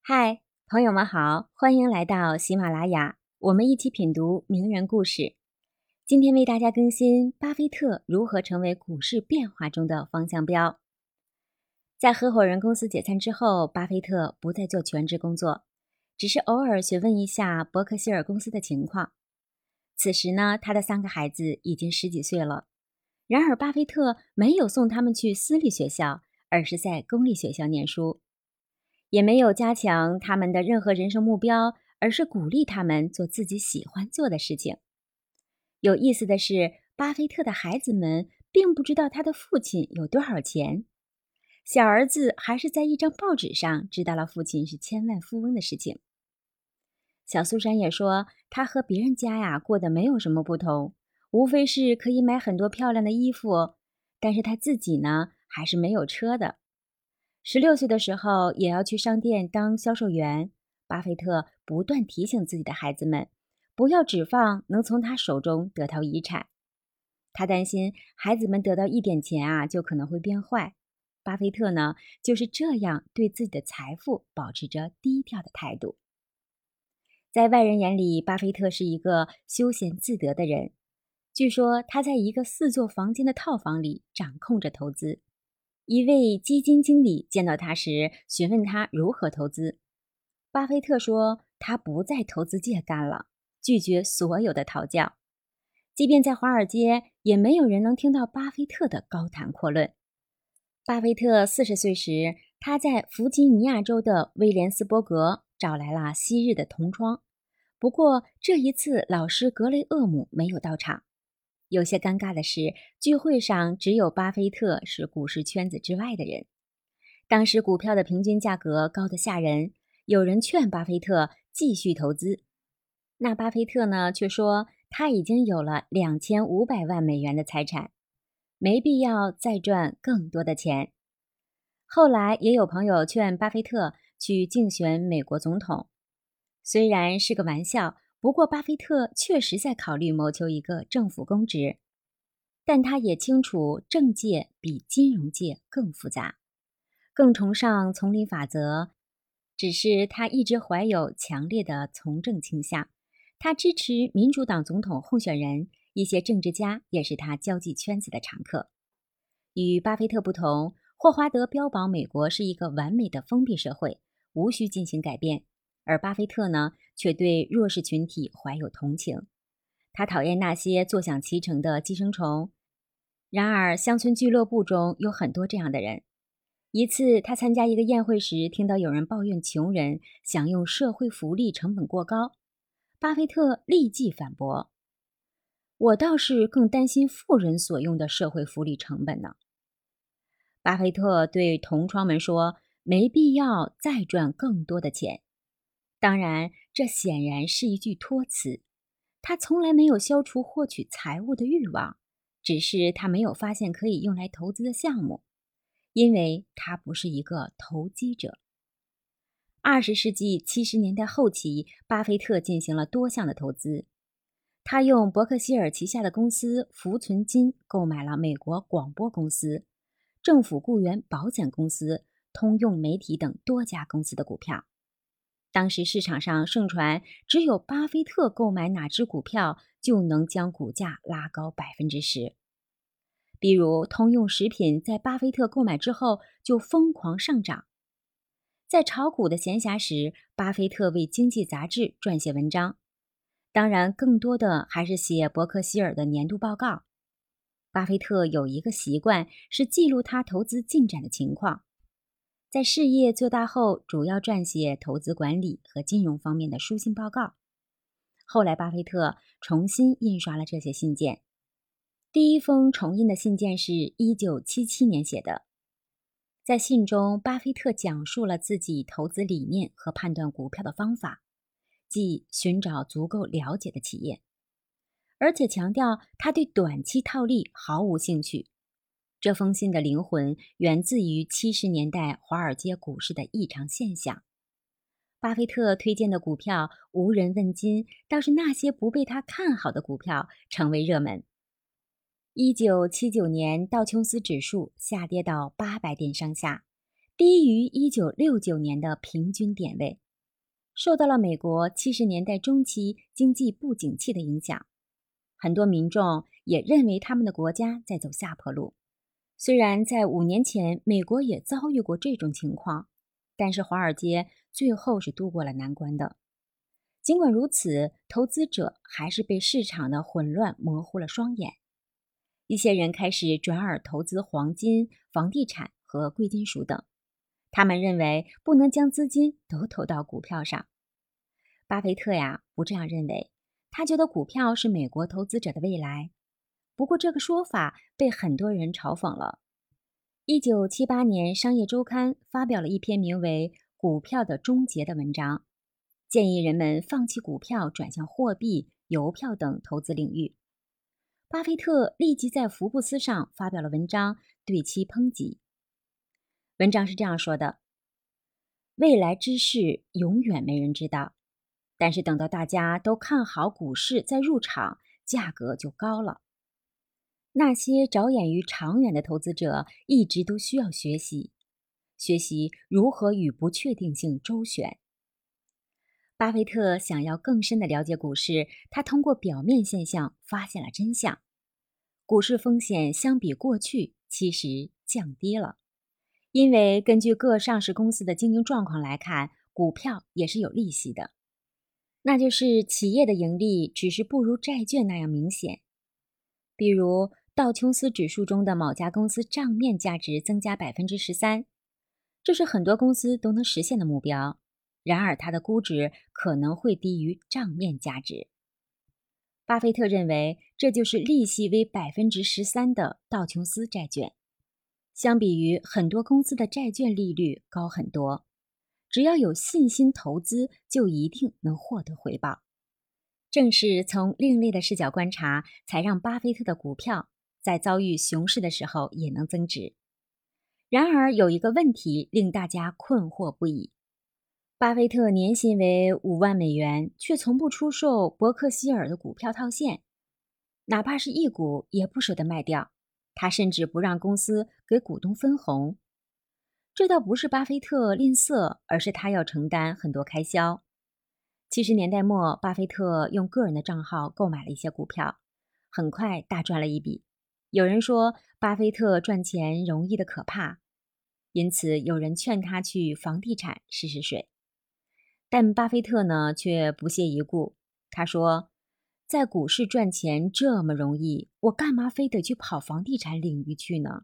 嗨，朋友们好，欢迎来到喜马拉雅，我们一起品读名人故事。今天为大家更新巴菲特如何成为股市变化中的方向标。在合伙人公司解散之后，巴菲特不再做全职工作，只是偶尔询问一下伯克希尔公司的情况。此时呢，他的3个孩子已经10几岁了。然而，巴菲特没有送他们去私立学校，而是在公立学校念书。也没有加强他们的任何人生目标，而是鼓励他们做自己喜欢做的事情。有意思的是，巴菲特的孩子们并不知道他的父亲有多少钱。小儿子还是在一张报纸上知道了父亲是千万富翁的事情。小苏珊也说，他和别人家过得没有什么不同，无非是可以买很多漂亮的衣服，但是他自己呢，还是没有车的。16岁的时候也要去商店当销售员，巴菲特不断提醒自己的孩子们，不要指望能从他手中得到遗产。他担心孩子们得到一点钱就可能会变坏。巴菲特呢，就是这样对自己的财富保持着低调的态度。在外人眼里，巴菲特是一个休闲自得的人。据说他在一个4座房间的套房里掌控着投资。一位基金经理见到他时，询问他如何投资。巴菲特说，他不在投资界干了，拒绝所有的讨教。即便在华尔街，也没有人能听到巴菲特的高谈阔论。巴菲特40岁时，他在弗吉尼亚州的威廉斯伯格找来了昔日的同窗。不过这一次，老师格雷厄姆没有到场。有些尴尬的是，聚会上只有巴菲特是股市圈子之外的人。当时股票的平均价格高得吓人，有人劝巴菲特继续投资。那巴菲特呢，却说他已经有了2500万美元的财产，没必要再赚更多的钱。后来也有朋友劝巴菲特去竞选美国总统，虽然是个玩笑，不过巴菲特确实在考虑谋求一个政府公职，但他也清楚政界比金融界更复杂，更崇尚丛林法则，只是他一直怀有强烈的从政倾向。他支持民主党总统候选人，一些政治家也是他交际圈子的常客。与巴菲特不同，霍华德标榜美国是一个完美的封闭社会，无需进行改变。而巴菲特呢，却对弱势群体怀有同情。他讨厌那些坐享其成的寄生虫。然而，乡村俱乐部中有很多这样的人。一次，他参加一个宴会时，听到有人抱怨穷人享用社会福利成本过高。巴菲特立即反驳：“我倒是更担心富人所用的社会福利成本呢。”巴菲特对同窗们说：“没必要再赚更多的钱。”当然，这显然是一句托词。他从来没有消除获取财物的欲望，只是他没有发现可以用来投资的项目，因为他不是一个投机者。20世纪70年代后期，巴菲特进行了多项的投资。他用伯克希尔旗下的公司福存金购买了美国广播公司、政府雇员保险公司、通用媒体等多家公司的股票。当时市场上盛传，只有巴菲特购买哪只股票就能将股价拉高10%。比如通用食品在巴菲特购买之后就疯狂上涨。在炒股的闲暇时，巴菲特为经济杂志撰写文章，当然更多的还是写伯克希尔的年度报告。巴菲特有一个习惯，是记录他投资进展的情况。在事业做大后，主要撰写投资管理和金融方面的书信报告。后来巴菲特重新印刷了这些信件。第一封重印的信件是1977年写的。在信中，巴菲特讲述了自己投资理念和判断股票的方法，即寻找足够了解的企业，而且强调他对短期套利毫无兴趣。这封信的灵魂源自于70年代华尔街股市的异常现象。巴菲特推荐的股票无人问津，倒是那些不被他看好的股票成为热门。1979年，道琼斯指数下跌到800点上下， 低于1969年的平均点位，受到了美国70年代中期经济不景气的影响。很多民众也认为他们的国家在走下坡路。虽然在5年前美国也遭遇过这种情况，但是华尔街最后是渡过了难关的。尽管如此，投资者还是被市场的混乱模糊了双眼。一些人开始转而投资黄金、房地产和贵金属等。他们认为不能将资金都投到股票上。巴菲特呀，不这样认为，他觉得股票是美国投资者的未来。不过这个说法被很多人嘲讽了。1978年，《商业周刊》发表了一篇名为《股票的终结》的文章，建议人们放弃股票，转向货币、邮票等投资领域。巴菲特立即在福布斯上发表了文章，对其抨击。文章是这样说的：未来之事永远没人知道，但是等到大家都看好股市再入场，价格就高了。那些着眼于长远的投资者一直都需要学习如何与不确定性周旋。巴菲特想要更深地了解股市，他通过表面现象发现了真相。股市风险相比过去其实降低了，因为根据各上市公司的经营状况来看，股票也是有利息的，那就是企业的盈利只是不如债券那样明显。比如道琼斯指数中的某家公司账面价值增加 13%， 这是很多公司都能实现的目标，然而它的估值可能会低于账面价值。巴菲特认为这就是利息为 13% 的道琼斯债券，相比于很多公司的债券利率高很多，只要有信心投资，就一定能获得回报。正是从另类的视角观察，才让巴菲特的股票在遭遇熊市的时候也能增值。然而有一个问题令大家困惑不已，巴菲特年薪为5万美元，却从不出售伯克希尔的股票套现，哪怕是一股也不舍得卖掉，他甚至不让公司给股东分红。这倒不是巴菲特吝啬，而是他要承担很多开销。70年代末，巴菲特用个人的账号购买了一些股票，很快大赚了一笔。有人说巴菲特赚钱容易得可怕，因此有人劝他去房地产试试水。但巴菲特呢，却不屑一顾。他说，在股市赚钱这么容易，我干嘛非得去跑房地产领域去呢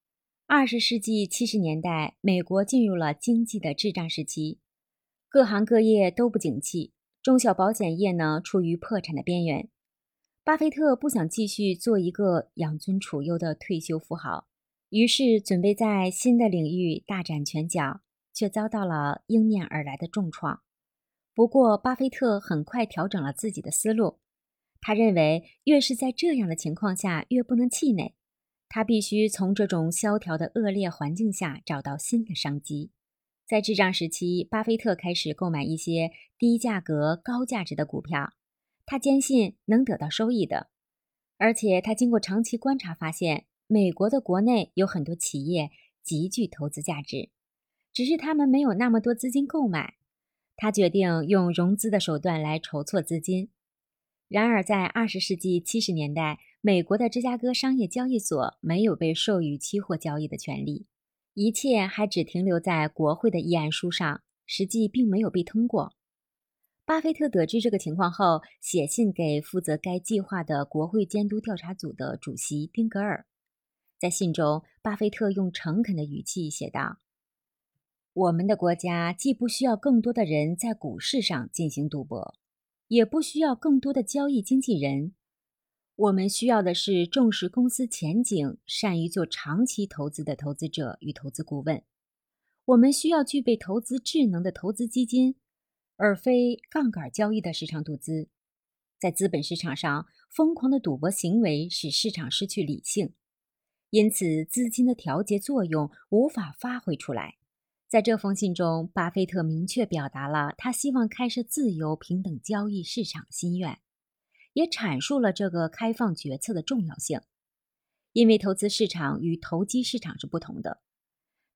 ？20世纪70年代，美国进入了经济的滞胀时期，各行各业都不景气，中小保险业呢处于破产的边缘。巴菲特不想继续做一个养尊处优的退休富豪，于是准备在新的领域大展拳脚，却遭到了迎面而来的重创。不过，巴菲特很快调整了自己的思路。他认为，越是在这样的情况下，越不能气馁。他必须从这种萧条的恶劣环境下找到新的商机。在滞胀时期，巴菲特开始购买一些低价格、高价值的股票，他坚信能得到收益的。而且他经过长期观察发现，美国的国内有很多企业极具投资价值，只是他们没有那么多资金购买。他决定用融资的手段来筹措资金。然而在20世纪70年代，美国的芝加哥商业交易所没有被授予期货交易的权利，一切还只停留在国会的议案书上，实际并没有被通过。巴菲特得知这个情况后，写信给负责该计划的国会监督调查组的主席丁格尔。在信中，巴菲特用诚恳的语气写道：我们的国家既不需要更多的人在股市上进行赌博，也不需要更多的交易经纪人。我们需要的是重视公司前景、善于做长期投资的投资者与投资顾问。我们需要具备投资智能的投资基金，而非杠杆交易的市场赌资。在资本市场上，疯狂的赌博行为使市场失去理性，因此资金的调节作用无法发挥出来。在这封信中，巴菲特明确表达了他希望开设自由平等交易市场心愿，也阐述了这个开放决策的重要性。因为投资市场与投机市场是不同的，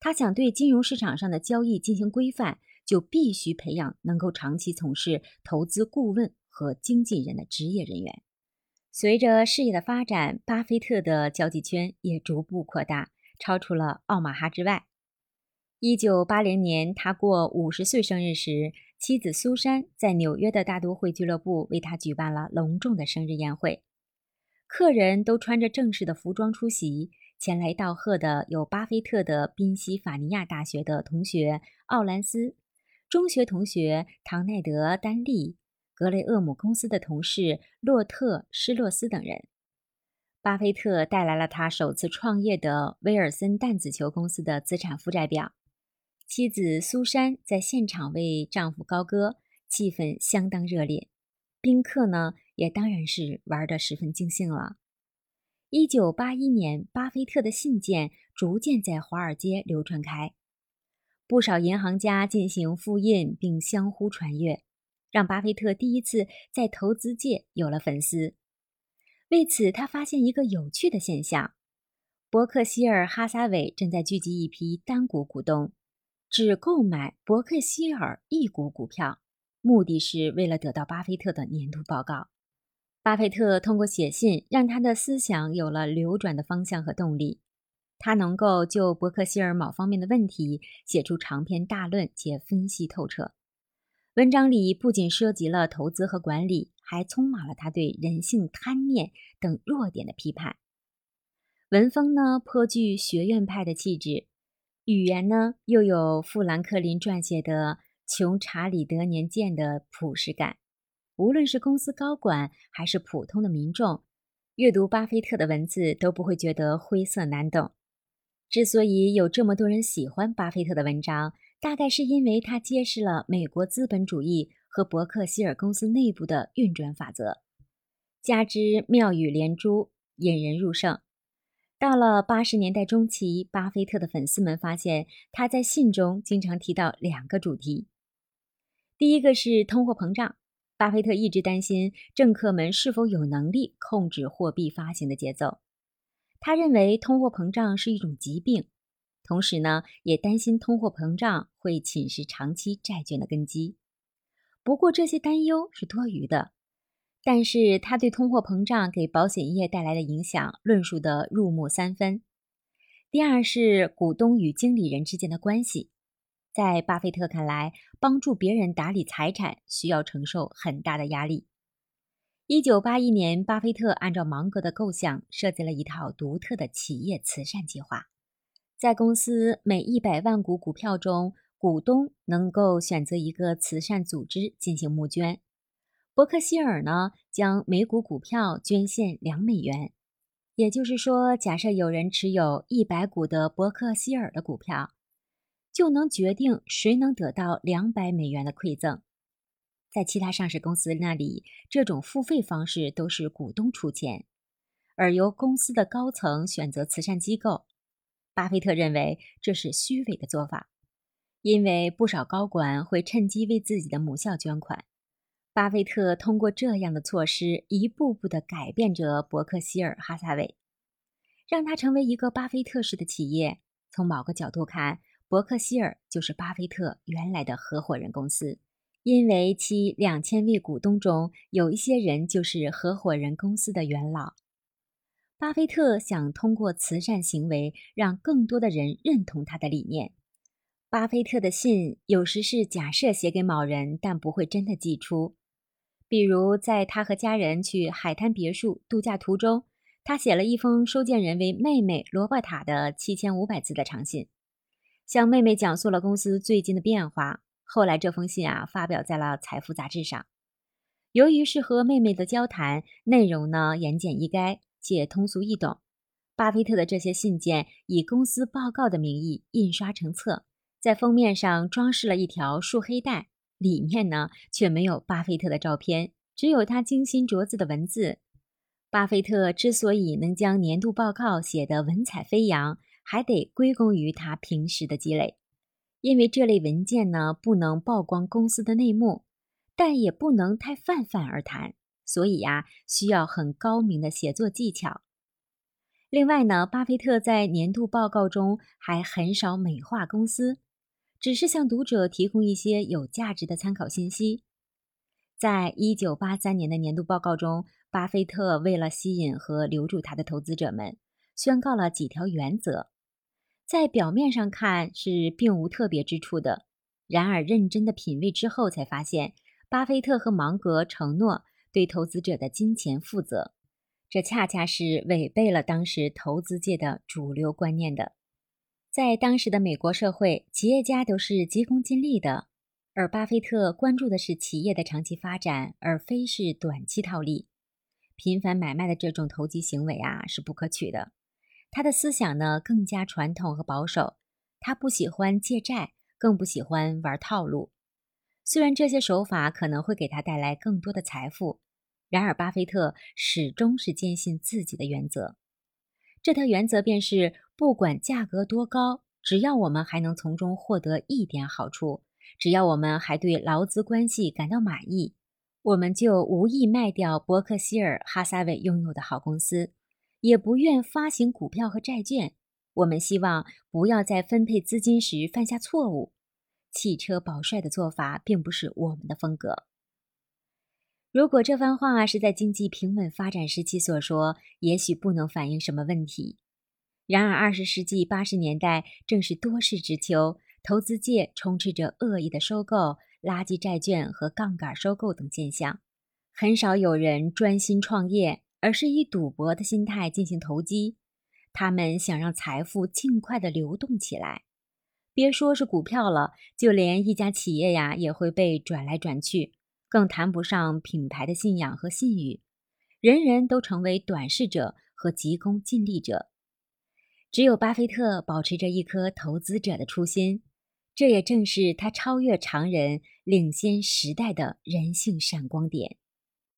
他想对金融市场上的交易进行规范，就必须培养能够长期从事投资顾问和经纪人的职业人员。随着事业的发展，巴菲特的交际圈也逐步扩大，超出了奥马哈之外。1980年，他过50岁生日时，妻子苏珊在纽约的大都会俱乐部为他举办了隆重的生日宴会。客人都穿着正式的服装出席，前来道贺的有巴菲特的宾夕法尼亚大学的同学奥兰斯、中学同学唐奈德·丹利、格雷厄姆公司的同事洛特·施洛斯等人。巴菲特带来了他首次创业的威尔森弹子球公司的资产负债表。妻子苏珊在现场为丈夫高歌，气氛相当热烈。宾客呢，也当然是玩得十分尽兴了。1981年，巴菲特的信件逐渐在华尔街流传开，不少银行家进行复印并相互传阅，让巴菲特第一次在投资界有了粉丝。为此，他发现一个有趣的现象：伯克希尔哈撒韦正在聚集一批单股股东，只购买伯克希尔一股股票，目的是为了得到巴菲特的年度报告。巴菲特通过写信让他的思想有了流转的方向和动力，他能够就伯克希尔某方面的问题写出长篇大论且分析透彻。文章里不仅涉及了投资和管理，还充满了他对人性贪念等弱点的批判。文风呢颇具学院派的气质，语言呢又有富兰克林撰写的《穷查理德年鉴》的朴实感。无论是公司高管还是普通的民众，阅读巴菲特的文字都不会觉得晦涩难懂。之所以有这么多人喜欢巴菲特的文章，大概是因为他揭示了美国资本主义和伯克希尔公司内部的运转法则，加之妙语连珠，引人入胜。到了80年代中期，巴菲特的粉丝们发现他在信中经常提到两个主题。第一个是通货膨胀，巴菲特一直担心政客们是否有能力控制货币发行的节奏。他认为通货膨胀是一种疾病，同时呢，也担心通货膨胀会侵蚀长期债券的根基。不过这些担忧是多余的，但是他对通货膨胀给保险业带来的影响论述得入木三分。第二是股东与经理人之间的关系。在巴菲特看来，帮助别人打理财产需要承受很大的压力。1981年，巴菲特按照芒格的构想设计了一套独特的企业慈善计划。在公司每100万股股票中，股东能够选择一个慈善组织进行募捐。伯克希尔呢，将每股股票捐献$2，也就是说，假设有人持有100股的伯克希尔的股票，就能决定谁能得到$200的馈赠。在其他上市公司那里，这种付费方式都是股东出钱，而由公司的高层选择慈善机构。巴菲特认为这是虚伪的做法，因为不少高管会趁机为自己的母校捐款。巴菲特通过这样的措施，一步步地改变着伯克希尔哈撒韦，让它成为一个巴菲特式的企业。从某个角度看，伯克希尔就是巴菲特原来的合伙人公司，因为其2000位股东中有一些人就是合伙人公司的元老。巴菲特想通过慈善行为让更多的人认同他的理念。巴菲特的信有时是假设写给某人，但不会真的寄出。比如在他和家人去海滩别墅度假途中，他写了一封收件人为妹妹罗伯塔的7500字的长信，向妹妹讲述了公司最近的变化。后来这封信发表在了财富杂志上。由于是和妹妹的交谈，内容呢言简意赅且通俗易懂，巴菲特的这些信件以公司报告的名义印刷成册，在封面上装饰了一条竖黑带，里面呢却没有巴菲特的照片，只有他精心着字的文字。巴菲特之所以能将年度报告写得文采飞扬，还得归功于他平时的积累。因为这类文件呢不能曝光公司的内幕，但也不能太泛泛而谈，所以需要很高明的写作技巧。 另外呢，巴菲特在年度报告中还很少美化公司，只是向读者提供一些有价值的参考信息。在1983年的年度报告中，巴菲特为了吸引和留住他的投资者们，宣告了几条原则。在表面上看是并无特别之处的，然而认真的品味之后才发现，巴菲特和芒格承诺对投资者的金钱负责，这恰恰是违背了当时投资界的主流观念的。在当时的美国社会，企业家都是急功近利的，而巴菲特关注的是企业的长期发展，而非是短期套利。频繁买卖的这种投机行为是不可取的。他的思想呢更加传统和保守，他不喜欢借债，更不喜欢玩套路。虽然这些手法可能会给他带来更多的财富，然而巴菲特始终是坚信自己的原则。这条原则便是，不管价格多高，只要我们还能从中获得一点好处，只要我们还对劳资关系感到满意，我们就无意卖掉伯克希尔哈撒韦拥有的好公司，也不愿发行股票和债券。我们希望不要在分配资金时犯下错误。汽车保帅的做法并不是我们的风格。如果这番话是在经济平稳发展时期所说，也许不能反映什么问题。然而20世纪80年代正是多事之秋，投资界充斥着恶意的收购、垃圾债券和杠杆收购等现象。很少有人专心创业，而是以赌博的心态进行投机。他们想让财富尽快地流动起来。别说是股票了，就连一家企业也会被转来转去，更谈不上品牌的信仰和信誉。人人都成为短视者和急功近利者。只有巴菲特保持着一颗投资者的初心，这也正是他超越常人、领先时代的人性闪光点。